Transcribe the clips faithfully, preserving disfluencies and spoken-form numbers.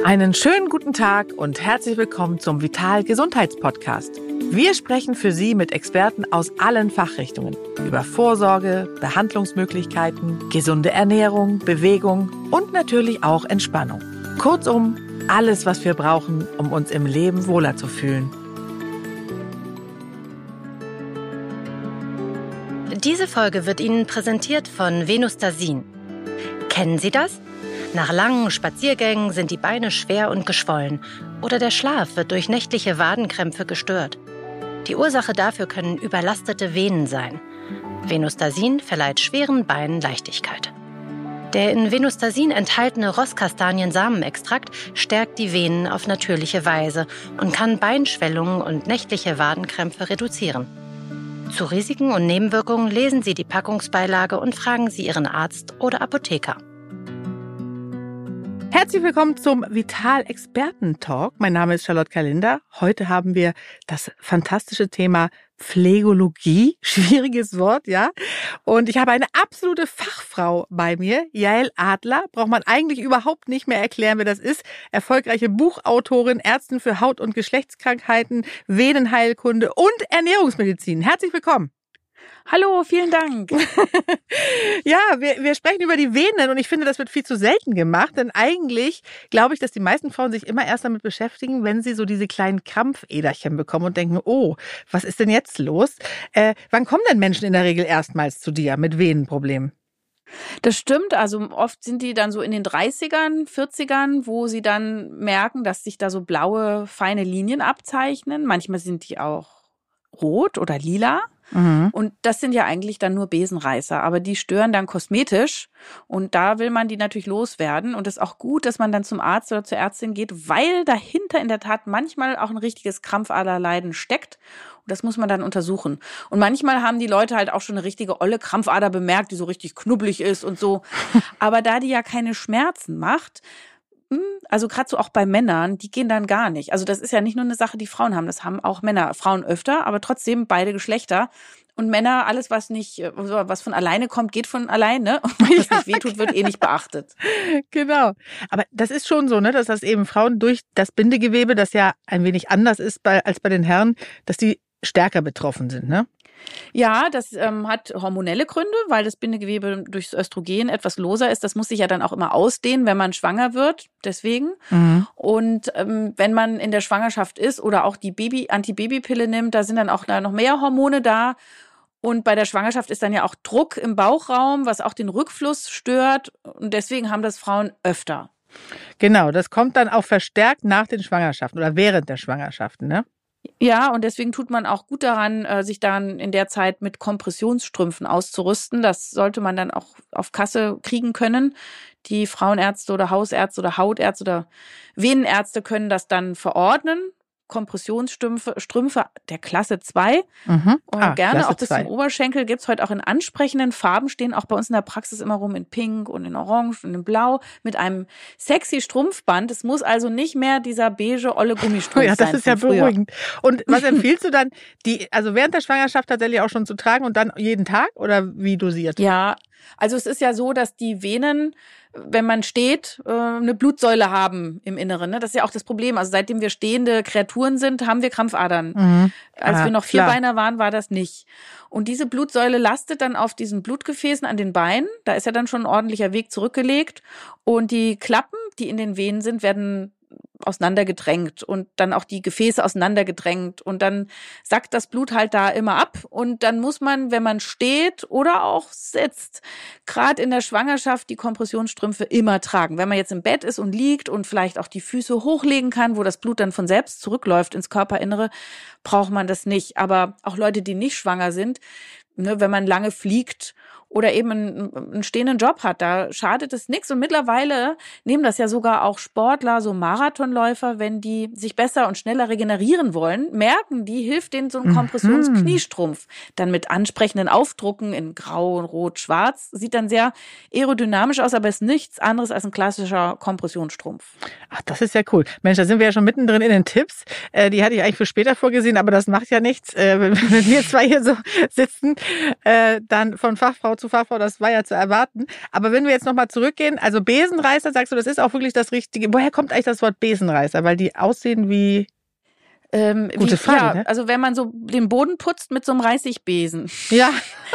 Einen schönen guten Tag und herzlich willkommen zum Vital Gesundheitspodcast. Wir sprechen für Sie mit Experten aus allen Fachrichtungen über Vorsorge, Behandlungsmöglichkeiten, gesunde Ernährung, Bewegung und natürlich auch Entspannung. Kurzum, alles, was wir brauchen, um uns im Leben wohler zu fühlen. Diese Folge wird Ihnen präsentiert von Venustasin. Kennen Sie das? Nach langen Spaziergängen sind die Beine schwer und geschwollen oder der Schlaf wird durch nächtliche Wadenkrämpfe gestört. Die Ursache dafür können überlastete Venen sein. Venustasin verleiht schweren Beinen Leichtigkeit. Der in Venustasin enthaltene Rosskastaniensamenextrakt stärkt die Venen auf natürliche Weise und kann Beinschwellungen und nächtliche Wadenkrämpfe reduzieren. Zu Risiken und Nebenwirkungen lesen Sie die Packungsbeilage und fragen Sie Ihren Arzt oder Apotheker. Herzlich willkommen zum Vital Experten Talk. Mein Name ist Charlotte Kalender. Heute haben wir das fantastische Thema Pflegologie. Schwieriges Wort, ja. Und ich habe eine absolute Fachfrau bei mir, Jael Adler. Braucht man eigentlich überhaupt nicht mehr erklären, wer das ist. Erfolgreiche Buchautorin, Ärztin für Haut- und Geschlechtskrankheiten, Venenheilkunde und Ernährungsmedizin. Herzlich willkommen. Hallo, vielen Dank. Ja, wir, wir sprechen über die Venen und ich finde, das wird viel zu selten gemacht, denn eigentlich glaube ich, dass die meisten Frauen sich immer erst damit beschäftigen, wenn sie so diese kleinen Krampfäderchen bekommen und denken, oh, was ist denn jetzt los? Äh, wann kommen denn Menschen in der Regel erstmals zu dir mit Venenproblemen? Das stimmt, also oft sind die dann so in den dreißigern, vierzigern, wo sie dann merken, dass sich da so blaue, feine Linien abzeichnen. Manchmal sind die auch rot oder lila. Mhm. Und das sind ja eigentlich dann nur Besenreißer, aber die stören dann kosmetisch und da will man die natürlich loswerden und es ist auch gut, dass man dann zum Arzt oder zur Ärztin geht, weil dahinter in der Tat manchmal auch ein richtiges Krampfaderleiden steckt und das muss man dann untersuchen. Und manchmal haben die Leute halt auch schon eine richtige olle Krampfader bemerkt, die so richtig knubbelig ist und so, aber da die ja keine Schmerzen macht, also gerade so auch bei Männern, die gehen dann gar nicht. Also das ist ja nicht nur eine Sache, die Frauen haben, das haben auch Männer. Frauen öfter, aber trotzdem beide Geschlechter. Und Männer, alles was nicht, was von alleine kommt, geht von alleine. Und was ja, nicht wehtut, wird eh nicht beachtet. Genau. Aber das ist schon so, ne, dass das eben Frauen durch das Bindegewebe, das ja ein wenig anders ist bei, als bei den Herren, dass die stärker betroffen sind, ne? Ja, das ähm, hat hormonelle Gründe, weil das Bindegewebe durchs Östrogen etwas loser ist. Das muss sich ja dann auch immer ausdehnen, wenn man schwanger wird. Deswegen. Mhm. Und ähm, wenn man in der Schwangerschaft ist oder auch die Baby Antibabypille nimmt, da sind dann auch noch mehr Hormone da. Und bei der Schwangerschaft ist dann ja auch Druck im Bauchraum, was auch den Rückfluss stört. Und deswegen haben das Frauen öfter. Genau, das kommt dann auch verstärkt nach den Schwangerschaften oder während der Schwangerschaften, ne? Ja, und deswegen tut man auch gut daran, sich dann in der Zeit mit Kompressionsstrümpfen auszurüsten. Das sollte man dann auch auf Kasse kriegen können. Die Frauenärzte oder Hausärzte oder Hautärzte oder Venenärzte können das dann verordnen. Kompressionsstrümpfe, Strümpfe der Klasse zwei. Mhm. Und ah, gerne Klasse auch bis zwei. Zum Oberschenkel. Gibt's heute auch in ansprechenden Farben, stehen auch bei uns in der Praxis immer rum in Pink und in Orange und in Blau mit einem sexy Strumpfband. Es muss also nicht mehr dieser beige, olle Gummistrumpf sein. Ja, das ist ja beruhigend. Und was empfiehlst du dann, die, also während der Schwangerschaft tatsächlich auch schon zu tragen und dann jeden Tag oder wie dosiert? Ja, also es ist ja so, dass die Venen, wenn man steht, eine Blutsäule haben im Inneren. Das ist ja auch das Problem. Also seitdem wir stehende Kreaturen sind, haben wir Krampfadern. Mhm. Als ah, wir noch Vierbeiner waren, war das nicht. Und diese Blutsäule lastet dann auf diesen Blutgefäßen an den Beinen. Da ist ja dann schon ein ordentlicher Weg zurückgelegt. Und die Klappen, die in den Venen sind, werden auseinandergedrängt und dann auch die Gefäße auseinandergedrängt und dann sackt das Blut halt da immer ab und dann muss man, wenn man steht oder auch sitzt, gerade in der Schwangerschaft die Kompressionsstrümpfe immer tragen. Wenn man jetzt im Bett ist und liegt und vielleicht auch die Füße hochlegen kann, wo das Blut dann von selbst zurückläuft ins Körperinnere, braucht man das nicht. Aber auch Leute, die nicht schwanger sind, ne, wenn man lange fliegt oder eben einen, einen stehenden Job hat, da schadet es nichts. Und mittlerweile nehmen das ja sogar auch Sportler, so Marathonläufer, wenn die sich besser und schneller regenerieren wollen, merken die, hilft denen so ein Kompressionskniestrumpf. Dann mit ansprechenden Aufdrucken in Grau, Rot, Schwarz. Sieht dann sehr aerodynamisch aus, aber ist nichts anderes als ein klassischer Kompressionsstrumpf. Ach, das ist ja cool. Mensch, da sind wir ja schon mittendrin in den Tipps. Äh, die hatte ich eigentlich für später vorgesehen, aber das macht ja nichts. Äh, wenn wir zwei hier so sitzen, äh, dann von Fachfrau zu Fachfrau, das war ja zu erwarten. Aber wenn wir jetzt nochmal zurückgehen, also Besenreißer, sagst du, das ist auch wirklich das Richtige. Woher kommt eigentlich das Wort Besenreißer? Weil die aussehen wie... Ähm, Gute wie, Frage, ja, ne? Also wenn man so den Boden putzt mit so einem Reisigbesen. Ja.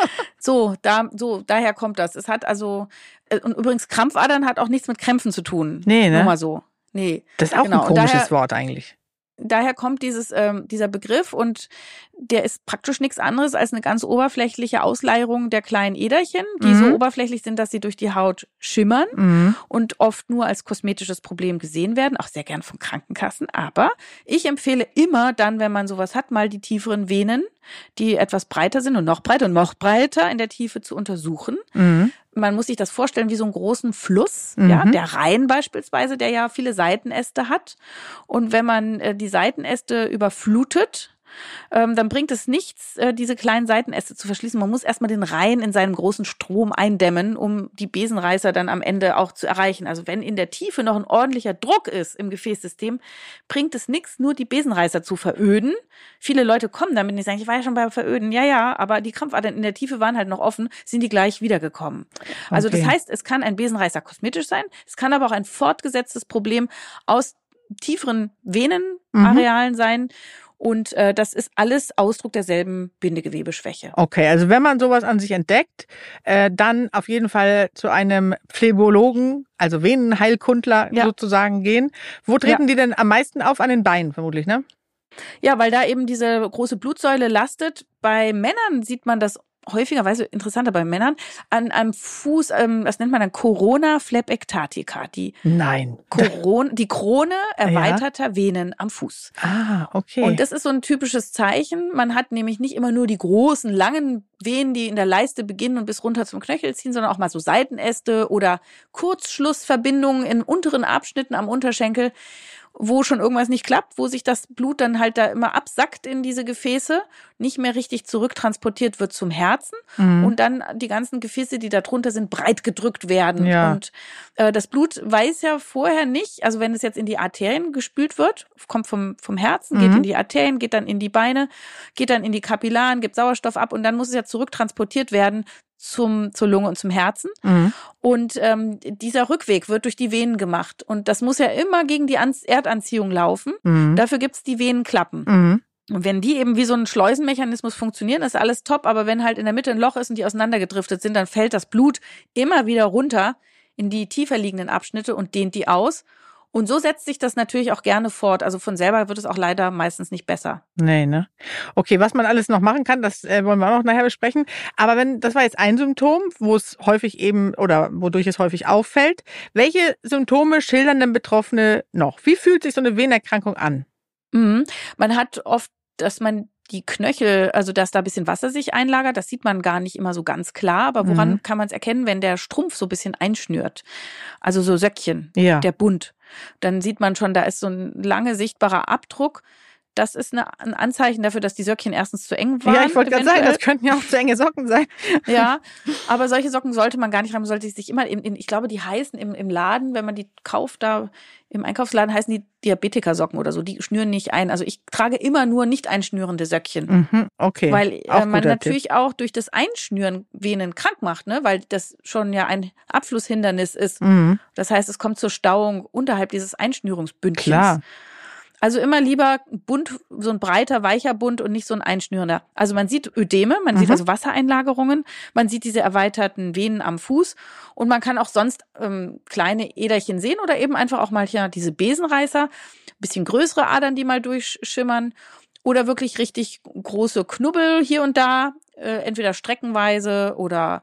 so, da, so, daher kommt das. Es hat also, und übrigens Krampfadern hat auch nichts mit Krämpfen zu tun. Nee, ne? Nur mal so. Nee. Das ist auch genau. ein komisches daher, Wort eigentlich. Daher kommt dieses, ähm, dieser Begriff und der ist praktisch nichts anderes als eine ganz oberflächliche Ausleierung der kleinen Äderchen, die mhm. so oberflächlich sind, dass sie durch die Haut schimmern mhm. und oft nur als kosmetisches Problem gesehen werden, auch sehr gern von Krankenkassen. Aber ich empfehle immer dann, wenn man sowas hat, mal die tieferen Venen, die etwas breiter sind und noch breiter und noch breiter in der Tiefe zu untersuchen. Mhm. Man muss sich das vorstellen wie so einen großen Fluss, mhm. ja, der Rhein beispielsweise, der ja viele Seitenäste hat. Und wenn man äh, die Seitenäste überflutet, ähm, dann bringt es nichts, äh, diese kleinen Seitenäste zu verschließen. Man muss erstmal den Rhein in seinem großen Strom eindämmen, um die Besenreißer dann am Ende auch zu erreichen. Also wenn in der Tiefe noch ein ordentlicher Druck ist im Gefäßsystem, bringt es nichts, nur die Besenreißer zu veröden. Viele Leute kommen damit und sagen, ich war ja schon beim Veröden. Ja, ja, aber die Krampfadern in der Tiefe waren halt noch offen, sind die gleich wiedergekommen. Also okay. Das heißt, es kann ein Besenreißer kosmetisch sein, es kann aber auch ein fortgesetztes Problem aus tieferen Venenarealen mhm. sein. Und äh, das ist alles Ausdruck derselben Bindegewebeschwäche. Okay, also wenn man sowas an sich entdeckt, äh, dann auf jeden Fall zu einem Phlebologen, also Venenheilkundler ja. sozusagen gehen. Wo treten ja. die denn am meisten auf? An den Beinen vermutlich, ne? Ja, weil da eben diese große Blutsäule lastet. Bei Männern sieht man das häufigerweise, interessanter bei Männern, an einem Fuß, ähm, das nennt man dann Corona phlebiectatica, die Nein. Corona, die Krone erweiterter ja. Venen am Fuß. Ah, okay. Und das ist so ein typisches Zeichen. Man hat nämlich nicht immer nur die großen, langen Venen, die in der Leiste beginnen und bis runter zum Knöchel ziehen, sondern auch mal so Seitenäste oder Kurzschlussverbindungen in unteren Abschnitten am Unterschenkel, wo schon irgendwas nicht klappt, wo sich das Blut dann halt da immer absackt in diese Gefäße, nicht mehr richtig zurücktransportiert wird zum Herzen mhm. und dann die ganzen Gefäße, die da drunter sind, breit gedrückt werden. Ja. Und äh, das Blut weiß ja vorher nicht, also wenn es jetzt in die Arterien gespült wird, kommt vom, vom Herzen, mhm. geht in die Arterien, geht dann in die Beine, geht dann in die Kapillaren, gibt Sauerstoff ab und dann muss es ja zurücktransportiert werden zum zur Lunge und zum Herzen. Mhm. Und ähm, dieser Rückweg wird durch die Venen gemacht. Und das muss ja immer gegen die Erdanziehung laufen. Mhm. Dafür gibt's die Venenklappen. Mhm. Und wenn die eben wie so ein Schleusenmechanismus funktionieren, ist alles top. Aber wenn halt in der Mitte ein Loch ist und die auseinandergedriftet sind, dann fällt das Blut immer wieder runter in die tiefer liegenden Abschnitte und dehnt die aus. Und so setzt sich das natürlich auch gerne fort. Also von selber wird es auch leider meistens nicht besser. Nee, ne? Okay, was man alles noch machen kann, das äh, wollen wir auch noch nachher besprechen. Aber wenn, das war jetzt ein Symptom, wo es häufig eben oder wodurch es häufig auffällt. Welche Symptome schildern denn Betroffene noch? Wie fühlt sich so eine Venenerkrankung an? Mhm. Man hat oft, dass man die Knöchel, also dass da ein bisschen Wasser sich einlagert, das sieht man gar nicht immer so ganz klar. Aber woran mhm. kann man es erkennen, wenn der Strumpf so ein bisschen einschnürt? Also so Söckchen, ja. der Bund. Dann sieht man schon, da ist so ein lange sichtbarer Abdruck. Das ist eine, ein Anzeichen dafür, dass die Söckchen erstens zu eng waren. Ja, ich wollte gerade sagen, das könnten ja auch zu enge Socken sein. Ja, aber solche Socken sollte man gar nicht haben. Man sollte sich immer, in, in, ich glaube, die heißen im, im Laden, wenn man die kauft, da im Einkaufsladen heißen die Diabetikersocken oder so. Die schnüren nicht ein. Also ich trage immer nur nicht einschnürende Söckchen. Mhm, okay. Weil äh, man natürlich Tipp. auch durch das Einschnüren Venen krank macht, ne? Weil das schon ja ein Abflusshindernis ist. Mhm. Das heißt, es kommt zur Stauung unterhalb dieses Einschnürungsbündchens. Klar. Also immer lieber bunt, so ein breiter, weicher Bund und nicht so ein einschnürender. Also man sieht Ödeme, man mhm. sieht also Wassereinlagerungen, man sieht diese erweiterten Venen am Fuß und man kann auch sonst ähm, kleine Äderchen sehen oder eben einfach auch mal hier diese Besenreißer, ein bisschen größere Adern, die mal durchschimmern oder wirklich richtig große Knubbel hier und da, äh, entweder streckenweise oder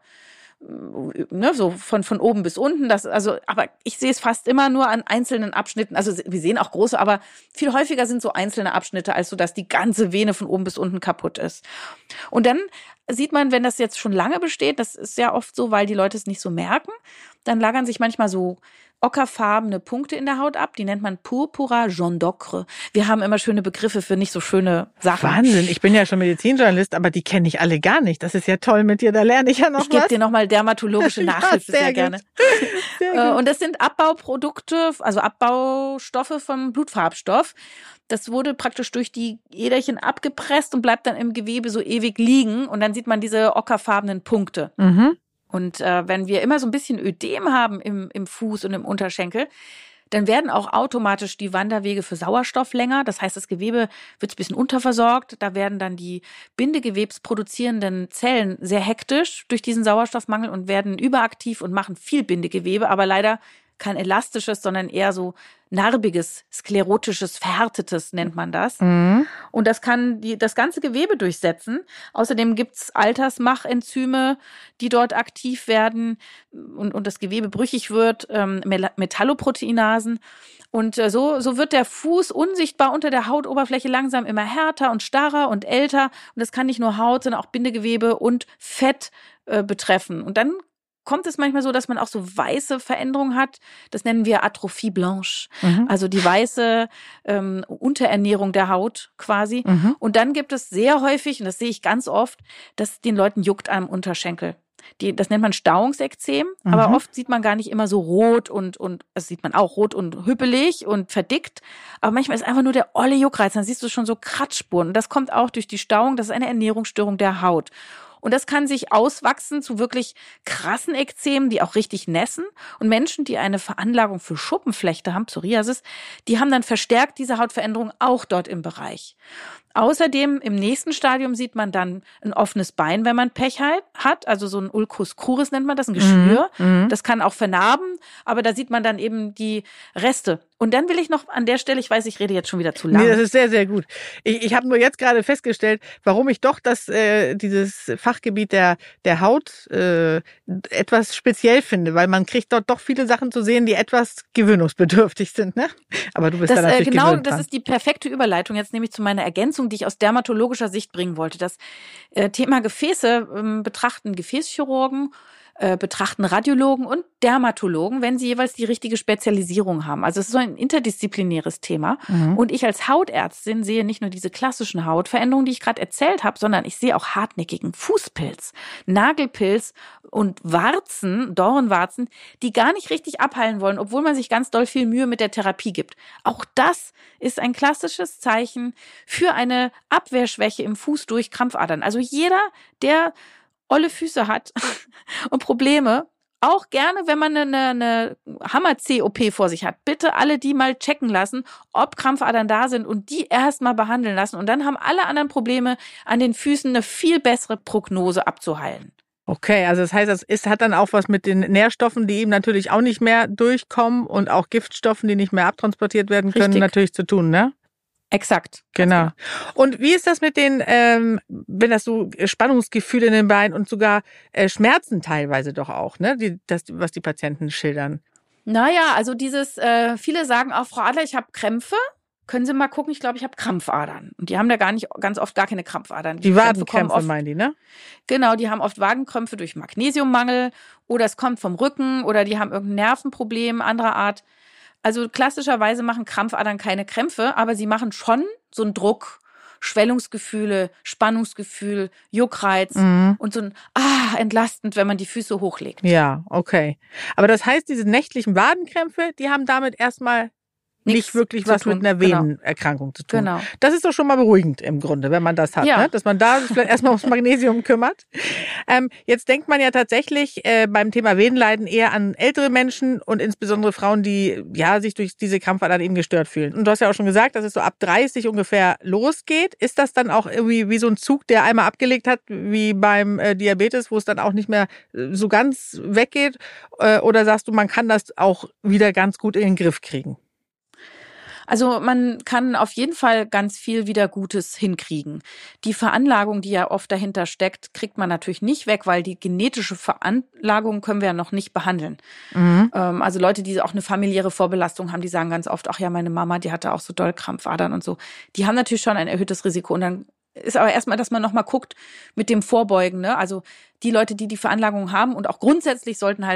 ne, so von von oben bis unten, das also, aber ich sehe es fast immer nur an einzelnen Abschnitten. Also wir sehen auch große, aber viel häufiger sind so einzelne Abschnitte, als so, dass die ganze Vene von oben bis unten kaputt ist. Und dann sieht man, wenn das jetzt schon lange besteht, das ist ja oft so, weil die Leute es nicht so merken, dann lagern sich manchmal so ockerfarbene Punkte in der Haut ab. Die nennt man Purpura jaune d'ocre. Wir haben immer schöne Begriffe für nicht so schöne Sachen. Wahnsinn, ich bin ja schon Medizinjournalist, aber die kenne ich alle gar nicht. Das ist ja toll mit dir, da lerne ich ja noch ich was. Ich gebe dir nochmal dermatologische Nachhilfe, ja, sehr, sehr gerne. Sehr Und das sind Abbauprodukte, also Abbaustoffe vom Blutfarbstoff. Das wurde praktisch durch die Äderchen abgepresst und bleibt dann im Gewebe so ewig liegen. Und dann sieht man diese ockerfarbenen Punkte. Mhm. Und äh, wenn wir immer so ein bisschen Ödem haben im, im Fuß und im Unterschenkel, dann werden auch automatisch die Wanderwege für Sauerstoff länger. Das heißt, das Gewebe wird ein bisschen unterversorgt. Da werden dann die bindegewebsproduzierenden Zellen sehr hektisch durch diesen Sauerstoffmangel und werden überaktiv und machen viel Bindegewebe, aber leider kein elastisches, sondern eher so narbiges, sklerotisches, verhärtetes nennt man das. Mhm. Und das kann die, das ganze Gewebe durchsetzen. Außerdem gibt's Altersmachenzyme, die dort aktiv werden und, und das Gewebe brüchig wird, ähm, Metalloproteinasen. Und äh, so, so wird der Fuß unsichtbar unter der Hautoberfläche langsam immer härter und starrer und älter. Und das kann nicht nur Haut, sondern auch Bindegewebe und Fett äh, betreffen. Und dann kommt es manchmal so, dass man auch so weiße Veränderungen hat. Das nennen wir Atrophie blanche, mhm. also die weiße ähm, Unterernährung der Haut quasi. Mhm. Und dann gibt es sehr häufig, und das sehe ich ganz oft, dass den Leuten juckt am Unterschenkel. Die, das nennt man Stauungsekzem, mhm. aber oft sieht man gar nicht immer so rot und, und das sieht man auch rot und hüppelig und verdickt. Aber manchmal ist einfach nur der olle Juckreiz, dann siehst du schon so Kratzspuren. Und das kommt auch durch die Stauung, das ist eine Ernährungsstörung der Haut. Und das kann sich auswachsen zu wirklich krassen Ekzemen, die auch richtig nässen. Und Menschen, die eine Veranlagung für Schuppenflechte haben, Psoriasis, die haben dann verstärkt diese Hautveränderung auch dort im Bereich. Außerdem im nächsten Stadium sieht man dann ein offenes Bein, wenn man Pech hat, also so ein Ulcus cruris nennt man das, ein Geschwür. Mhm. Das kann auch vernarben, aber da sieht man dann eben die Reste. Und dann will ich noch an der Stelle, ich weiß, ich rede jetzt schon wieder zu lange. Nee, das ist sehr, sehr gut. Ich, ich habe nur jetzt gerade festgestellt, warum ich doch das äh, dieses Fachgebiet der der Haut äh, etwas speziell finde, weil man kriegt dort doch viele Sachen zu sehen, die etwas gewöhnungsbedürftig sind, ne? Aber du bist das, da natürlich äh, genau, gewöhnt dran. Das ist die perfekte Überleitung jetzt nämlich zu meiner Ergänzung, die ich aus dermatologischer Sicht bringen wollte. Das äh, Thema Gefäße ähm, betrachten Gefäßchirurgen, äh, betrachten Radiologen und Dermatologen, wenn sie jeweils die richtige Spezialisierung haben. Also es ist so ein interdisziplinäres Thema. Mhm. Und ich als Hautärztin sehe nicht nur diese klassischen Hautveränderungen, die ich gerade erzählt habe, sondern ich sehe auch hartnäckigen Fußpilz, Nagelpilz und Warzen, Dornwarzen, die gar nicht richtig abheilen wollen, obwohl man sich ganz doll viel Mühe mit der Therapie gibt. Auch das ist ein klassisches Zeichen für eine Abwehrschwäche im Fuß durch Krampfadern. Also jeder, der olle Füße hat und Probleme, auch gerne, wenn man eine, eine Hammer-C O P vor sich hat, bitte alle die mal checken lassen, ob Krampfadern da sind und die erstmal behandeln lassen. Und dann haben alle anderen Probleme an den Füßen eine viel bessere Prognose abzuheilen. Okay, also das heißt, das ist, hat dann auch was mit den Nährstoffen, die eben natürlich auch nicht mehr durchkommen und auch Giftstoffen, die nicht mehr abtransportiert werden können, Richtig. natürlich zu tun, ne? Exakt. Genau. Und wie ist das mit den, ähm, wenn das so Spannungsgefühle in den Beinen und sogar äh, Schmerzen teilweise doch auch, ne? Die, das, was die Patienten schildern. Naja, also dieses, äh, viele sagen auch, Frau Adler, ich habe Krämpfe. Können Sie mal gucken, ich glaube, ich habe Krampfadern. Und die haben da gar nicht, ganz oft gar keine Krampfadern. Die, die Wadenkrämpfe meinen die, ne? Genau, die haben oft Wadenkrämpfe durch Magnesiummangel oder es kommt vom Rücken oder die haben irgendein Nervenproblem anderer Art. Also klassischerweise machen Krampfadern keine Krämpfe, aber sie machen schon so einen Druck, Schwellungsgefühle, Spannungsgefühl, Juckreiz mhm. und so ein ah, entlastend, wenn man die Füße hochlegt. Ja, okay. Aber das heißt, diese nächtlichen Wadenkrämpfe, die haben damit erstmal Nichts nicht wirklich was tun. mit einer Venenerkrankung genau. zu tun. Genau. Das ist doch schon mal beruhigend im Grunde, wenn man das hat, ja. ne? Dass man da sich vielleicht erstmal ums Magnesium kümmert. Ähm, jetzt denkt man ja tatsächlich äh, beim Thema Venenleiden eher an ältere Menschen und insbesondere Frauen, die ja sich durch diese Krampfadern eben gestört fühlen. Und du hast ja auch schon gesagt, dass es so ab dreißig ungefähr losgeht. Ist das dann auch irgendwie wie so ein Zug, der einmal abgelegt hat, wie beim äh, Diabetes, wo es dann auch nicht mehr so ganz weggeht? Äh, oder sagst du, man kann das auch wieder ganz gut in den Griff kriegen? Also man kann auf jeden Fall ganz viel wieder Gutes hinkriegen. Die Veranlagung, die ja oft dahinter steckt, kriegt man natürlich nicht weg, weil die genetische Veranlagung können wir ja noch nicht behandeln. Mhm. Ähm, also Leute, die auch eine familiäre Vorbelastung haben, die sagen ganz oft, ach ja, meine Mama, die hatte auch so doll Krampfadern und so. Die haben natürlich schon ein erhöhtes Risiko. Und dann ist aber erstmal, dass man nochmal guckt mit dem Vorbeugen, ne? Also die Leute, die die Veranlagung haben und auch grundsätzlich sollten halt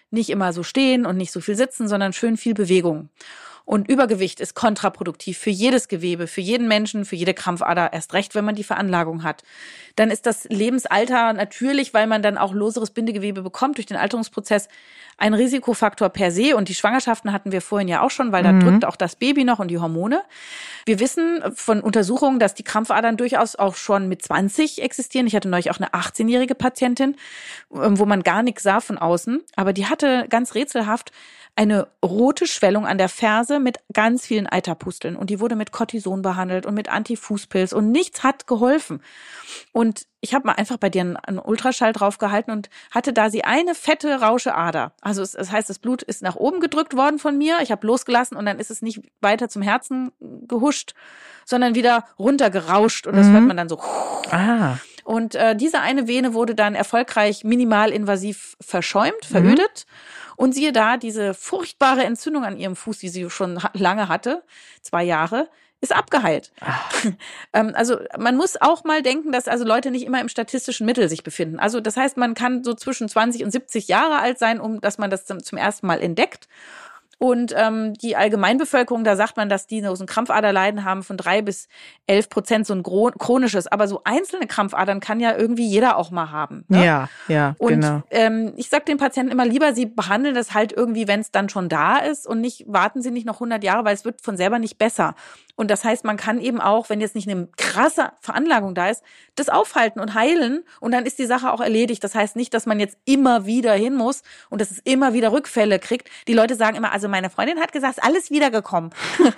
nicht immer so stehen und nicht so viel sitzen, sondern schön viel Bewegung. Und Übergewicht ist kontraproduktiv für jedes Gewebe, für jeden Menschen, für jede Krampfader, erst recht, wenn man die Veranlagung hat. Dann ist das Lebensalter natürlich, weil man dann auch loseres Bindegewebe bekommt durch den Alterungsprozess, ein Risikofaktor per se. Und die Schwangerschaften hatten wir vorhin ja auch schon, weil da mhm. drückt auch das Baby noch und die Hormone. Wir wissen von Untersuchungen, dass die Krampfadern durchaus auch schon mit zwanzig existieren. Ich hatte neulich auch eine achtzehnjährige Patientin, wo man gar nichts sah von außen. Aber die hatte ganz rätselhaft eine rote Schwellung an der Ferse mit ganz vielen Eiterpusteln. Und die wurde mit Cortison behandelt und mit Antifußpilz und nichts hat geholfen. Und ich habe mal einfach bei dir einen, einen Ultraschall draufgehalten und hatte da sie eine fette, rausche Ader. Also es, das heißt, das Blut ist nach oben gedrückt worden von mir. Ich habe losgelassen und dann ist es nicht weiter zum Herzen gehuscht, sondern wieder runtergerauscht. Und das mhm. hört man dann so. Ah. Und äh, diese eine Vene wurde dann erfolgreich minimalinvasiv verschäumt, verödet. Mhm. Und siehe da, diese furchtbare Entzündung an ihrem Fuß, die sie schon lange hatte, zwei Jahre, ist abgeheilt. ähm, also man muss auch mal denken, dass also Leute nicht immer im statistischen Mittel sich befinden. Also das heißt, man kann so zwischen zwanzig und siebzig Jahre alt sein, um dass man das zum, zum ersten Mal entdeckt. Und ähm, die Allgemeinbevölkerung, da sagt man, dass die so ein Krampfaderleiden haben von drei bis elf Prozent, so ein chronisches. Aber so einzelne Krampfadern kann ja irgendwie jeder auch mal haben. Ne? Ja, ja, und, genau. Und ähm, ich sag den Patienten immer lieber, sie behandeln das halt irgendwie, wenn es dann schon da ist und nicht warten sie nicht noch hundert Jahre, weil es wird von selber nicht besser. Und das heißt, man kann eben auch, wenn jetzt nicht eine krasse Veranlagung da ist, das aufhalten und heilen und dann ist die Sache auch erledigt. Das heißt nicht, dass man jetzt immer wieder hin muss und dass es immer wieder Rückfälle kriegt. Die Leute sagen immer, also meine Freundin hat gesagt, ist alles wiedergekommen.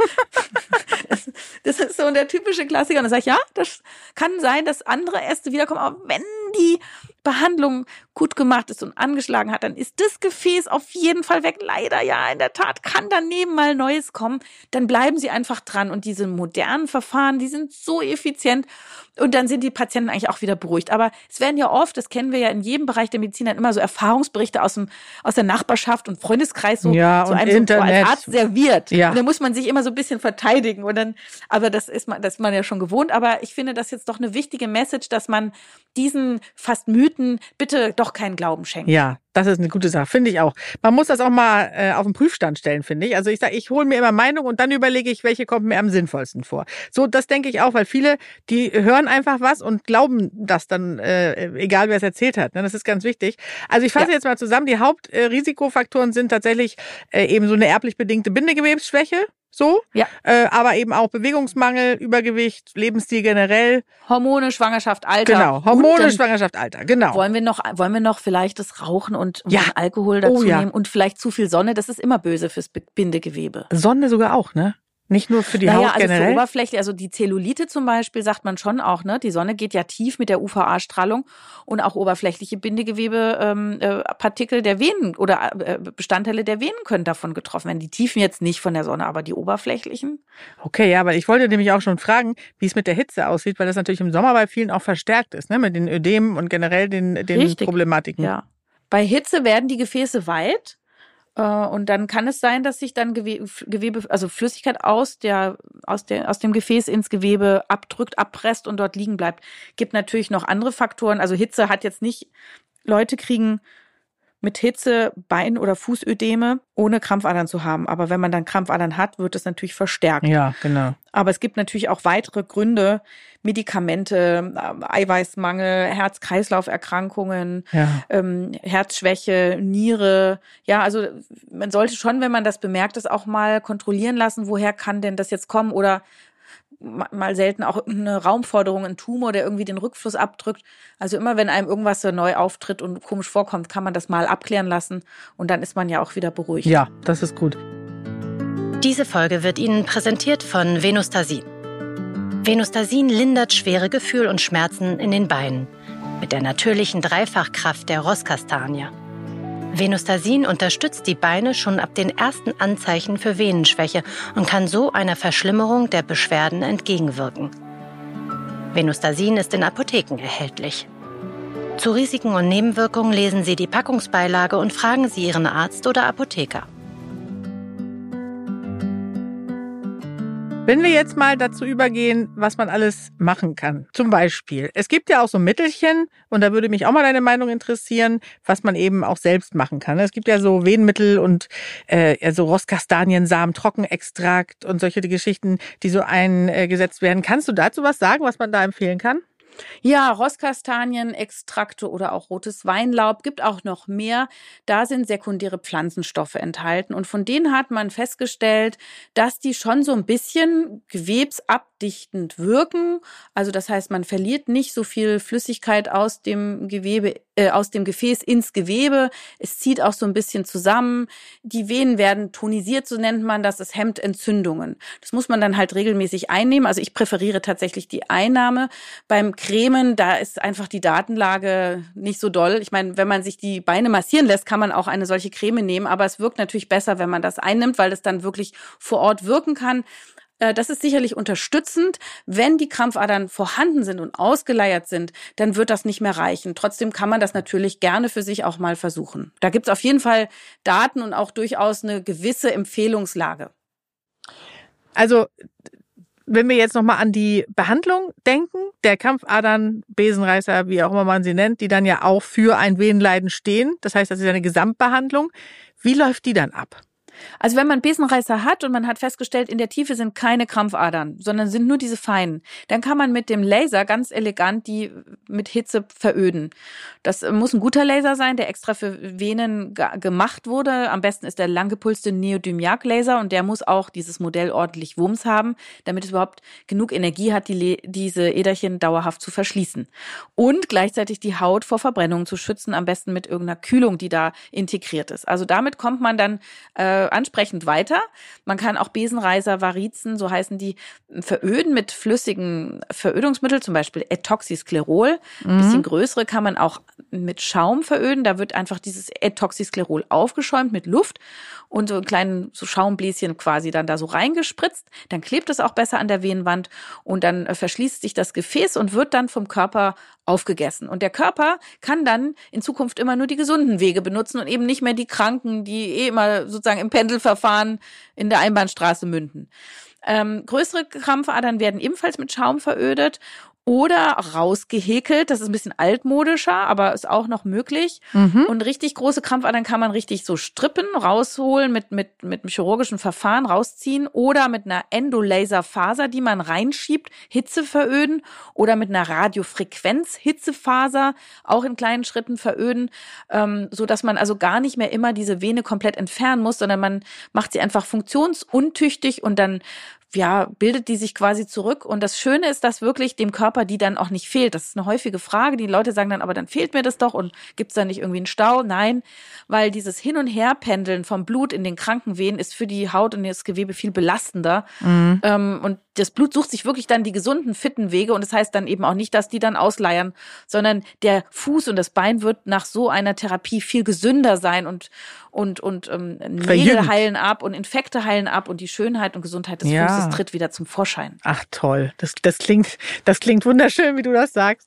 das, das ist so der typische Klassiker. Und dann sage ich, ja, das kann sein, dass andere Äste wiederkommen, aber wenn die Behandlung gut gemacht ist und angeschlagen hat, dann ist das Gefäß auf jeden Fall weg. Leider, ja, in der Tat kann daneben mal Neues kommen. Dann bleiben sie einfach dran. Und diese modernen Verfahren, die sind so effizient. Und dann sind die Patienten eigentlich auch wieder beruhigt. Aber es werden ja oft, das kennen wir ja in jedem Bereich der Medizin, dann immer so Erfahrungsberichte aus dem aus der Nachbarschaft und Freundeskreis so, ja, so und einem so als Arzt serviert. Ja. Und dann muss man sich immer so ein bisschen verteidigen. Und dann, aber das ist man, das ist man ja schon gewohnt. Aber ich finde das jetzt doch eine wichtige Message, dass man diesen fast Mythen bitte doch keinen Glauben schenkt. Ja, das ist eine gute Sache, finde ich auch. Man muss das auch mal äh, auf den Prüfstand stellen, finde ich. Also ich sage, ich hole mir immer Meinung und dann überlege ich, welche kommt mir am sinnvollsten vor. So, das denke ich auch, weil viele, die hören einfach was und glauben das dann, äh, egal wer es erzählt hat. Ne? Das ist ganz wichtig. Also ich fasse ja. jetzt mal zusammen, die Hauptrisikofaktoren sind tatsächlich äh, eben so eine erblich bedingte Bindegewebsschwäche. So, ja. äh, aber eben auch Bewegungsmangel, Übergewicht, Lebensstil generell. Hormone, Schwangerschaft, Alter. Genau, Hormone, Schwangerschaft, Alter, genau. Wollen wir noch, wollen wir noch vielleicht das Rauchen und, und ja. Alkohol dazu oh, ja. nehmen und vielleicht zu viel Sonne? Das ist immer böse fürs Bindegewebe. Sonne sogar auch, ne? Nicht nur für die naja, Haut generell? Also für Oberfläche, also die Zellulite zum Beispiel, sagt man schon auch, ne? Die Sonne geht ja tief mit der U V A-Strahlung und auch oberflächliche Bindegewebepartikel ähm, äh, der Venen oder äh, Bestandteile der Venen können davon getroffen werden. Die tiefen jetzt nicht von der Sonne, aber die oberflächlichen. Okay, ja, aber ich wollte nämlich auch schon fragen, wie es mit der Hitze aussieht, weil das natürlich im Sommer bei vielen auch verstärkt ist, ne? Mit den Ödemen und generell den, den Richtig. Problematiken. Ja. Bei Hitze werden die Gefäße weit. Und dann kann es sein, dass sich dann Gewebe, also Flüssigkeit aus der, aus der, aus dem Gefäß ins Gewebe abdrückt, abpresst und dort liegen bleibt. Gibt natürlich noch andere Faktoren. Also Hitze hat jetzt nicht, Leute kriegen mit Hitze Bein- oder Fußödeme, ohne Krampfadern zu haben. Aber wenn man dann Krampfadern hat, wird es natürlich verstärkt. Ja, genau. Aber es gibt natürlich auch weitere Gründe, Medikamente, Eiweißmangel, Herz-Kreislauf-Erkrankungen, ja. ähm, Herzschwäche, Niere. Ja, also man sollte schon, wenn man das bemerkt, das auch mal kontrollieren lassen, woher kann denn das jetzt kommen oder mal selten auch eine Raumforderung, ein Tumor, der irgendwie den Rückfluss abdrückt. Also immer, wenn einem irgendwas so neu auftritt und komisch vorkommt, kann man das mal abklären lassen und dann ist man ja auch wieder beruhigt. Ja, das ist gut. Diese Folge wird Ihnen präsentiert von Venustasin. Venustasin lindert schwere Gefühl und Schmerzen in den Beinen mit der natürlichen Dreifachkraft der Rosskastanie. Venustasin unterstützt die Beine schon ab den ersten Anzeichen für Venenschwäche und kann so einer Verschlimmerung der Beschwerden entgegenwirken. Venustasin ist in Apotheken erhältlich. Zu Risiken und Nebenwirkungen lesen Sie die Packungsbeilage und fragen Sie Ihren Arzt oder Apotheker. Wenn wir jetzt mal dazu übergehen, was man alles machen kann. Zum Beispiel, es gibt ja auch so Mittelchen, und da würde mich auch mal deine Meinung interessieren, was man eben auch selbst machen kann. Es gibt ja so Venenmittel und äh, so Rosskastaniensamen, Trockenextrakt und solche Geschichten, die so eingesetzt werden. Kannst du dazu was sagen, was man da empfehlen kann? Ja, Rosskastanien-Extrakte oder auch rotes Weinlaub, gibt auch noch mehr. Da sind sekundäre Pflanzenstoffe enthalten. Und von denen hat man festgestellt, dass die schon so ein bisschen gewebsabdichtend wirken. Also das heißt, man verliert nicht so viel Flüssigkeit aus dem Gewebe, äh, aus dem Gefäß ins Gewebe. Es zieht auch so ein bisschen zusammen. Die Venen werden tonisiert, so nennt man das. Es hemmt Entzündungen. Das muss man dann halt regelmäßig einnehmen. Also ich präferiere tatsächlich die Einnahme. Beim Cremen, da ist einfach die Datenlage nicht so doll. Ich meine, wenn man sich die Beine massieren lässt, kann man auch eine solche Creme nehmen, aber es wirkt natürlich besser, wenn man das einnimmt, weil es dann wirklich vor Ort wirken kann. Das ist sicherlich unterstützend. Wenn die Krampfadern vorhanden sind und ausgeleiert sind, dann wird das nicht mehr reichen. Trotzdem kann man das natürlich gerne für sich auch mal versuchen. Da gibt es auf jeden Fall Daten und auch durchaus eine gewisse Empfehlungslage. Also wenn wir jetzt nochmal an die Behandlung denken, der Krampfadern, Besenreißer, wie auch immer man sie nennt, die dann ja auch für ein Venenleiden stehen, das heißt, das ist eine Gesamtbehandlung. Wie läuft die dann ab? Also wenn man Besenreißer hat und man hat festgestellt, in der Tiefe sind keine Krampfadern, sondern sind nur diese feinen, dann kann man mit dem Laser ganz elegant die mit Hitze veröden. Das muss ein guter Laser sein, der extra für Venen gemacht wurde. Am besten ist der langgepulste Neodymiac-Laser und der muss auch dieses Modell ordentlich Wumms haben, damit es überhaupt genug Energie hat, die diese Äderchen dauerhaft zu verschließen. Und gleichzeitig die Haut vor Verbrennungen zu schützen, am besten mit irgendeiner Kühlung, die da integriert ist. Also damit kommt man dann äh, ansprechend weiter. Man kann auch Besenreißer, Varizen, so heißen die, veröden mit flüssigen Verödungsmitteln, zum Beispiel Ethoxysklerol. Ein mhm. bisschen größere kann man auch mit Schaum veröden. Da wird einfach dieses Ethoxysklerol aufgeschäumt mit Luft und so einen kleinen so Schaumbläschen quasi dann da so reingespritzt. Dann klebt es auch besser an der Venenwand und dann äh, verschließt sich das Gefäß und wird dann vom Körper aufgegessen. Und der Körper kann dann in Zukunft immer nur die gesunden Wege benutzen und eben nicht mehr die kranken, die eh immer sozusagen im Pendelverfahren in der Einbahnstraße münden. Ähm, größere Krampfadern werden ebenfalls mit Schaum verödet oder rausgehäkelt. Das ist ein bisschen altmodischer, aber ist auch noch möglich. Mhm. Und richtig große Krampfadern kann man richtig so strippen, rausholen, mit, mit, mit einem chirurgischen Verfahren rausziehen oder mit einer Endolaserfaser, die man reinschiebt, Hitze veröden oder mit einer Radiofrequenz-Hitzefaser auch in kleinen Schritten veröden, ähm, so dass man also gar nicht mehr immer diese Vene komplett entfernen muss, sondern man macht sie einfach funktionsuntüchtig und dann ja, bildet die sich quasi zurück. Und das Schöne ist, dass wirklich dem Körper die dann auch nicht fehlt. Das ist eine häufige Frage. Die Leute sagen dann, aber dann fehlt mir das doch und gibt's da nicht irgendwie einen Stau? Nein, weil dieses Hin- und Herpendeln vom Blut in den kranken Venen ist für die Haut und das Gewebe viel belastender. Mhm. Ähm, und das Blut sucht sich wirklich dann die gesunden, fitten Wege. Und das heißt dann eben auch nicht, dass die dann ausleiern, sondern der Fuß und das Bein wird nach so einer Therapie viel gesünder sein und und und ähm, Nägel heilen ab und Infekte heilen ab und die Schönheit und Gesundheit des ja. Fußes tritt wieder zum Vorschein. Ach toll, das das klingt das klingt wunderschön, wie du das sagst.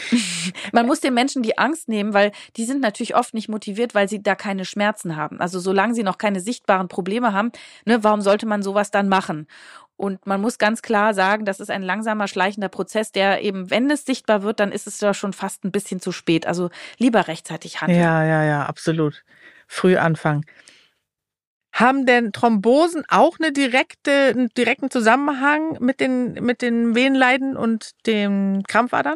Man muss den Menschen die Angst nehmen, weil die sind natürlich oft nicht motiviert, weil sie da keine Schmerzen haben. Also solange sie noch keine sichtbaren Probleme haben, ne, warum sollte man sowas dann machen? Und man muss ganz klar sagen, das ist ein langsamer, schleichender Prozess, der eben, wenn es sichtbar wird, dann ist es ja schon fast ein bisschen zu spät. Also lieber rechtzeitig handeln. Ja, ja, ja, absolut. Früh anfangen. Haben denn Thrombosen auch eine direkte, einen direkten Zusammenhang mit den, mit den Venenleiden und den Krampfadern?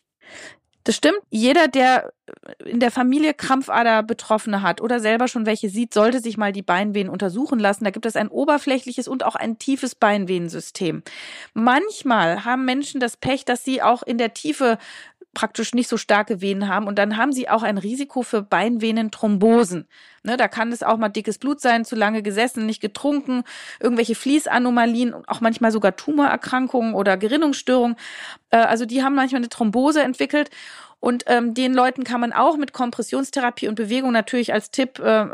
Das stimmt. Jeder, der in der Familie Krampfader Betroffene hat oder selber schon welche sieht, sollte sich mal die Beinvenen untersuchen lassen. Da gibt es ein oberflächliches und auch ein tiefes Beinvenensystem. Manchmal haben Menschen das Pech, dass sie auch in der Tiefe praktisch nicht so starke Venen haben und dann haben sie auch ein Risiko für Beinvenenthrombosen. Ne, da kann es auch mal dickes Blut sein, zu lange gesessen, nicht getrunken, irgendwelche Fließanomalien, auch manchmal sogar Tumorerkrankungen oder Gerinnungsstörungen. Äh, also die haben manchmal eine Thrombose entwickelt Und ähm, den Leuten kann man auch mit Kompressionstherapie und Bewegung natürlich als Tipp äh,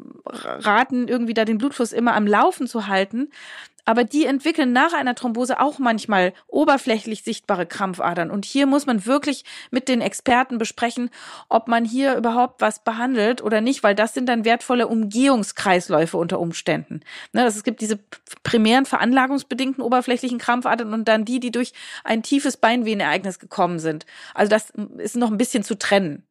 raten, irgendwie da den Blutfluss immer am Laufen zu halten. Aber die entwickeln nach einer Thrombose auch manchmal oberflächlich sichtbare Krampfadern. Und hier muss man wirklich mit den Experten besprechen, ob man hier überhaupt was behandelt oder nicht, weil das sind dann wertvolle Umgehungskreisläufe unter Umständen. Ne, es gibt diese primären veranlagungsbedingten oberflächlichen Krampfadern und dann die, die durch ein tiefes Beinvenenereignis gekommen sind. Also das ist noch ein bisschen zu trennen.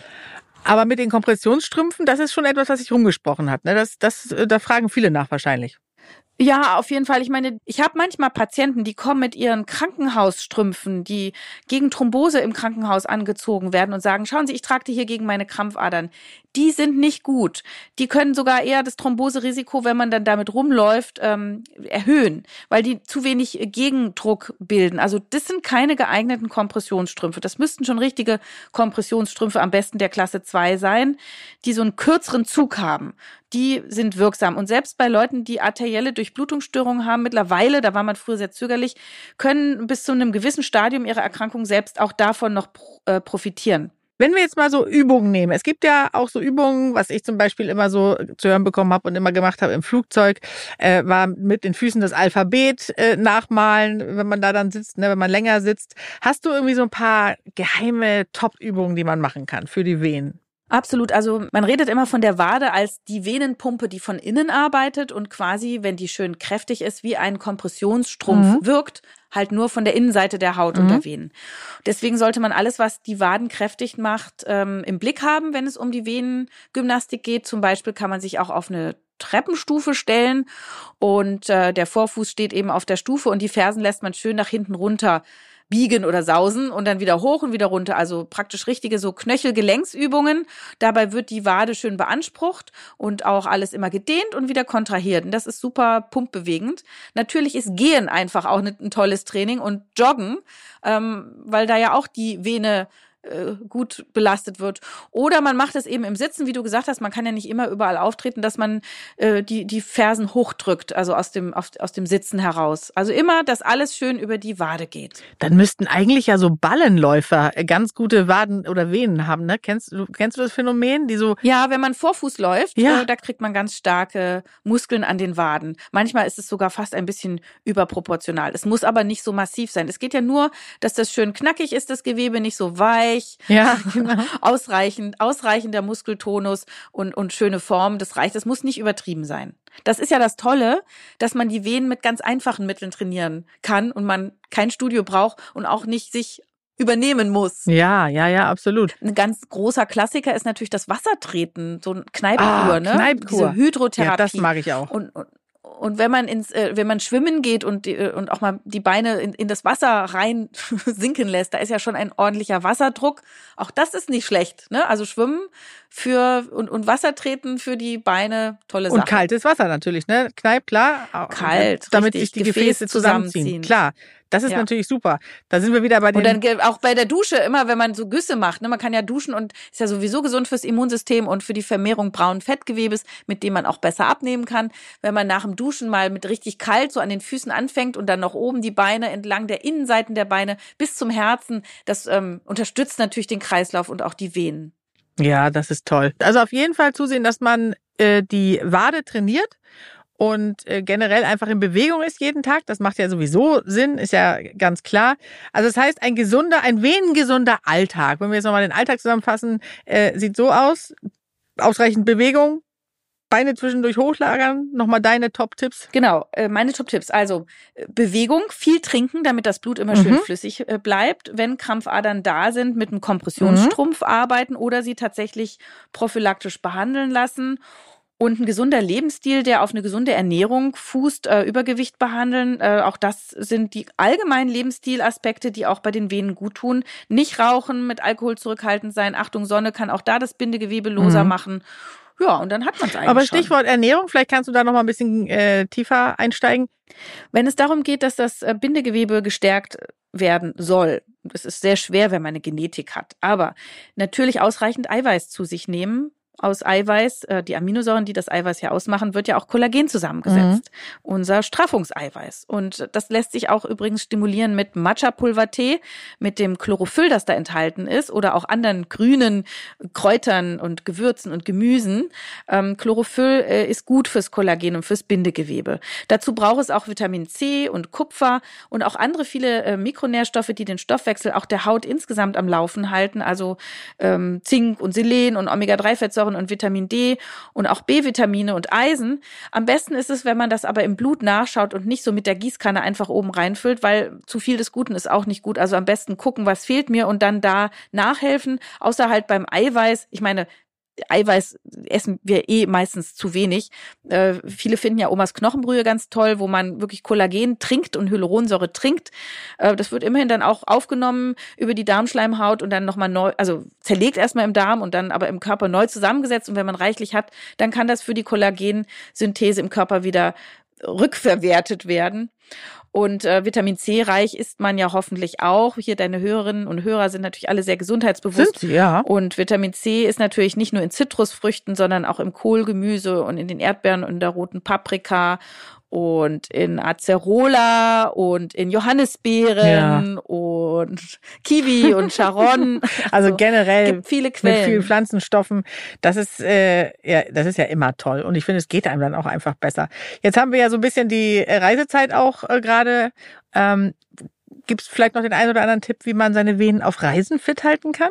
Aber mit den Kompressionsstrümpfen, das ist schon etwas, was sich rumgesprochen hat. Ne? Das, das, da fragen viele nach wahrscheinlich. Ja, auf jeden Fall. Ich meine, ich habe manchmal Patienten, die kommen mit ihren Krankenhausstrümpfen, die gegen Thrombose im Krankenhaus angezogen werden und sagen, schauen Sie, ich trage die hier gegen meine Krampfadern. Die sind nicht gut. Die können sogar eher das Thromboserisiko, wenn man dann damit rumläuft, ähm, erhöhen, weil die zu wenig Gegendruck bilden. Also das sind keine geeigneten Kompressionsstrümpfe. Das müssten schon richtige Kompressionsstrümpfe, am besten der Klasse zwei sein, die so einen kürzeren Zug haben. Die sind wirksam. Und selbst bei Leuten, die arterielle Durchblutungsstörungen haben, mittlerweile, da war man früher sehr zögerlich, können bis zu einem gewissen Stadium ihrer Erkrankung selbst auch davon noch äh, profitieren. Wenn wir jetzt mal so Übungen nehmen, es gibt ja auch so Übungen, was ich zum Beispiel immer so zu hören bekommen habe und immer gemacht habe im Flugzeug, äh, war mit den Füßen das Alphabet äh, nachmalen, wenn man da dann sitzt, ne, wenn man länger sitzt. Hast du irgendwie so ein paar geheime Top-Übungen, die man machen kann für die Venen? Absolut. Also man redet immer von der Wade als die Venenpumpe, die von innen arbeitet und quasi, wenn die schön kräftig ist, wie ein Kompressionsstrumpf mhm. wirkt, halt nur von der Innenseite der Haut mhm. und der Venen. Deswegen sollte man alles, was die Waden kräftig macht, ähm, im Blick haben, wenn es um die Venengymnastik geht. Zum Beispiel kann man sich auch auf eine Treppenstufe stellen und äh, der Vorfuß steht eben auf der Stufe und die Fersen lässt man schön nach hinten runter biegen oder sausen und dann wieder hoch und wieder runter. Also praktisch richtige so Knöchelgelenksübungen. Dabei wird die Wade schön beansprucht und auch alles immer gedehnt und wieder kontrahiert. Und das ist super pumpbewegend. Natürlich ist Gehen einfach auch ein tolles Training und Joggen, ähm, weil da ja auch die Vene gut belastet wird. Oder man macht es eben im Sitzen, wie du gesagt hast, man kann ja nicht immer überall auftreten, dass man äh, die die Fersen hochdrückt, also aus dem auf, aus dem Sitzen heraus. Also immer, dass alles schön über die Wade geht. Dann müssten eigentlich ja so Ballenläufer ganz gute Waden oder Venen haben, ne? Kennst du kennst du das Phänomen, die so? Ja, wenn man Vorfuß läuft, ja. äh, da kriegt man ganz starke Muskeln an den Waden. Manchmal ist es sogar fast ein bisschen überproportional. Es muss aber nicht so massiv sein. Es geht ja nur, dass das schön knackig ist, das Gewebe nicht so weich. Ja, genau. Ausreichend, ausreichender Muskeltonus und, und schöne Form, das reicht. Das muss nicht übertrieben sein. Das ist ja das Tolle, dass man die Venen mit ganz einfachen Mitteln trainieren kann und man kein Studio braucht und auch nicht sich übernehmen muss. Ja, ja, ja, absolut. Ein ganz großer Klassiker ist natürlich das Wassertreten, so ein Kneippkur, ah, ne? Kneippkur. Diese Hydrotherapie. Ja, das mag ich auch. Und, und Und wenn man ins, äh, wenn man schwimmen geht und die, und auch mal die Beine in, in das Wasser rein sinken lässt, da ist ja schon ein ordentlicher Wasserdruck. Auch das ist nicht schlecht, ne? Also Schwimmen für und und Wasser treten für die Beine, tolle Sache. Und kaltes Wasser natürlich, ne? Kneipp, klar. Kalt, damit richtig, sich die Gefäße, Gefäße zusammenziehen. zusammenziehen. Klar. Das ist ja. natürlich super. Da sind wir wieder bei den... Und dann auch bei der Dusche, immer wenn man so Güsse macht, ne, man kann ja duschen und ist ja sowieso gesund fürs Immunsystem und für die Vermehrung braunen Fettgewebes, mit dem man auch besser abnehmen kann. Wenn man nach dem Duschen mal mit richtig kalt so an den Füßen anfängt und dann noch oben die Beine entlang der Innenseiten der Beine bis zum Herzen, das ähm, unterstützt natürlich den Kreislauf und auch die Venen. Ja, das ist toll. Also auf jeden Fall zusehen, dass man äh, die Wade trainiert und äh, generell einfach in Bewegung ist jeden Tag. Das macht ja sowieso Sinn, ist ja ganz klar. Also das heißt, ein gesunder, ein venengesunder Alltag. Wenn wir jetzt nochmal den Alltag zusammenfassen, äh, sieht so aus, ausreichend Bewegung, Beine zwischendurch hochlagern. Nochmal deine Top-Tipps. Genau, äh, meine Top-Tipps. Also äh, Bewegung, viel trinken, damit das Blut immer mhm. schön flüssig äh, bleibt. Wenn Krampfadern da sind, mit einem Kompressionsstrumpf mhm. arbeiten oder sie tatsächlich prophylaktisch behandeln lassen. Und ein gesunder Lebensstil, der auf eine gesunde Ernährung fußt, äh, Übergewicht behandeln. Äh, auch das sind die allgemeinen Lebensstilaspekte, die auch bei den Venen gut tun. Nicht rauchen, mit Alkohol zurückhaltend sein. Achtung, Sonne kann auch da das Bindegewebe loser mhm. machen. Ja, und dann hat man es eigentlich Aber schon. Stichwort Ernährung, vielleicht kannst du da noch mal ein bisschen äh, tiefer einsteigen. Wenn es darum geht, dass das Bindegewebe gestärkt werden soll, das ist sehr schwer, wenn man eine Genetik hat, aber natürlich ausreichend Eiweiß zu sich nehmen, aus Eiweiß, äh, die Aminosäuren, die das Eiweiß ja ausmachen, wird ja auch Kollagen zusammengesetzt. Mhm. Unser Straffungseiweiß. Und das lässt sich auch übrigens stimulieren mit Matcha-Pulvertee, mit dem Chlorophyll, das da enthalten ist, oder auch anderen grünen Kräutern und Gewürzen und Gemüsen. Ähm, Chlorophyll äh, ist gut fürs Kollagen und fürs Bindegewebe. Dazu braucht es auch Vitamin C und Kupfer und auch andere viele äh, Mikronährstoffe, die den Stoffwechsel auch der Haut insgesamt am Laufen halten. Also ähm, Zink und Selen und Omega drei Fettsäuren und Vitamin D und auch B-Vitamine und Eisen. Am besten ist es, wenn man das aber im Blut nachschaut und nicht so mit der Gießkanne einfach oben reinfüllt, weil zu viel des Guten ist auch nicht gut. Also am besten gucken, was fehlt mir und dann da nachhelfen. Außer halt beim Eiweiß. Ich meine, Eiweiß essen wir eh meistens zu wenig. Äh, viele finden ja Omas Knochenbrühe ganz toll, wo man wirklich Kollagen trinkt und Hyaluronsäure trinkt. Äh, das wird immerhin dann auch aufgenommen über die Darmschleimhaut und dann nochmal neu, also zerlegt erstmal im Darm und dann aber im Körper neu zusammengesetzt. Und wenn man reichlich hat, dann kann das für die Kollagensynthese im Körper wieder rückverwertet werden. Und äh, Vitamin C reich isst man ja hoffentlich auch. Hier deine Hörerinnen und Hörer sind natürlich alle sehr gesundheitsbewusst. Sind sie, ja. Und Vitamin C ist natürlich nicht nur in Zitrusfrüchten, sondern auch im Kohlgemüse und in den Erdbeeren und in der roten Paprika und in Acerola und in Johannisbeeren ja. und Kiwi und Charon. Also, also generell gibt viele Quellen. Mit vielen Pflanzenstoffen. Das ist äh, ja, das ist ja immer toll. Und ich finde, es geht einem dann auch einfach besser. Jetzt haben wir ja so ein bisschen die Reisezeit auch äh, gerade. Ähm, gibt es vielleicht noch den einen oder anderen Tipp, wie man seine Venen auf Reisen fit halten kann?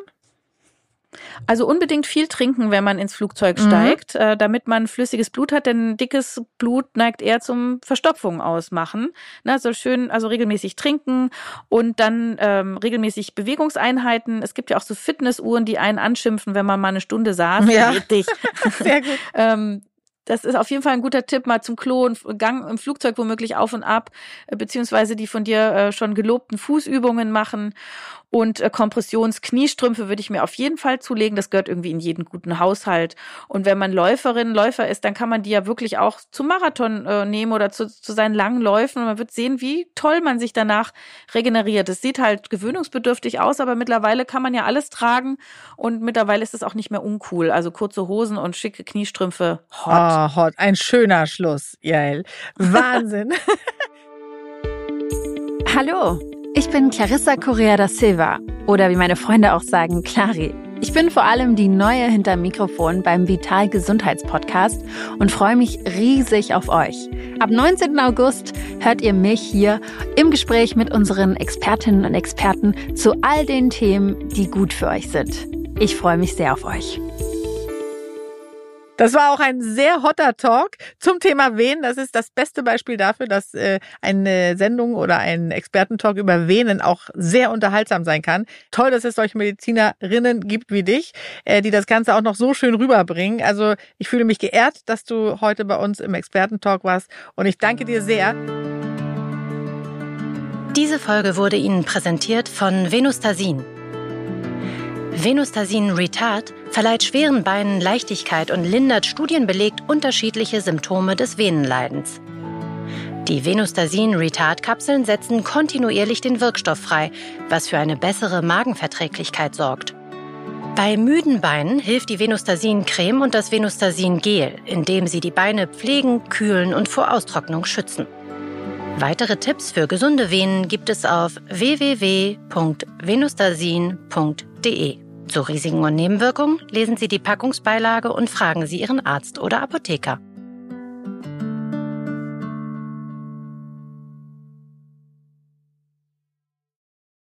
Also unbedingt viel trinken, wenn man ins Flugzeug mhm. steigt, äh, damit man flüssiges Blut hat, denn dickes Blut neigt eher zum Verstopfung ausmachen. Ne, soll schön, also regelmäßig trinken und dann ähm, regelmäßig Bewegungseinheiten. Es gibt ja auch so Fitnessuhren, die einen anschimpfen, wenn man mal eine Stunde saß. Ja, richtig. Sehr gut. ähm, Das ist auf jeden Fall ein guter Tipp, mal zum Klo und Gang im Flugzeug womöglich auf und ab, beziehungsweise die von dir äh, schon gelobten Fußübungen machen. Und äh, Kompressions-Kniestrümpfe würde ich mir auf jeden Fall zulegen. Das gehört irgendwie in jeden guten Haushalt. Und wenn man Läuferin, Läufer ist, dann kann man die ja wirklich auch zum Marathon äh, nehmen oder zu, zu seinen langen Läufen. Und man wird sehen, wie toll man sich danach regeneriert. Es sieht halt gewöhnungsbedürftig aus, aber mittlerweile kann man ja alles tragen. Und mittlerweile ist es auch nicht mehr uncool. Also kurze Hosen und schicke Kniestrümpfe, hot. Oh, hot. Ein schöner Schluss, Jael. Wahnsinn. Hallo. Ich bin Clarissa Correa da Silva oder wie meine Freunde auch sagen, Clari. Ich bin vor allem die Neue hinterm Mikrofon beim Vital Gesundheitspodcast und freue mich riesig auf euch. Ab neunzehnten August hört ihr mich hier im Gespräch mit unseren Expertinnen und Experten zu all den Themen, die gut für euch sind. Ich freue mich sehr auf euch. Das war auch ein sehr hotter Talk zum Thema Venen. Das ist das beste Beispiel dafür, dass äh, eine Sendung oder ein Expertentalk über Venen auch sehr unterhaltsam sein kann. Toll, dass es solche Medizinerinnen gibt wie dich, äh, die das Ganze auch noch so schön rüberbringen. Also ich fühle mich geehrt, dass du heute bei uns im Expertentalk warst und ich danke dir sehr. Diese Folge wurde Ihnen präsentiert von Venustasin. Venustasin Retard verleiht schweren Beinen Leichtigkeit und lindert studienbelegt unterschiedliche Symptome des Venenleidens. Die Venustasin Retard Kapseln setzen kontinuierlich den Wirkstoff frei, was für eine bessere Magenverträglichkeit sorgt. Bei müden Beinen hilft die Venustasin Creme und das Venustasin Gel, indem sie die Beine pflegen, kühlen und vor Austrocknung schützen. Weitere Tipps für gesunde Venen gibt es auf w w w punkt venustasin punkt d e. Zu Risiken und Nebenwirkungen lesen Sie die Packungsbeilage und fragen Sie Ihren Arzt oder Apotheker.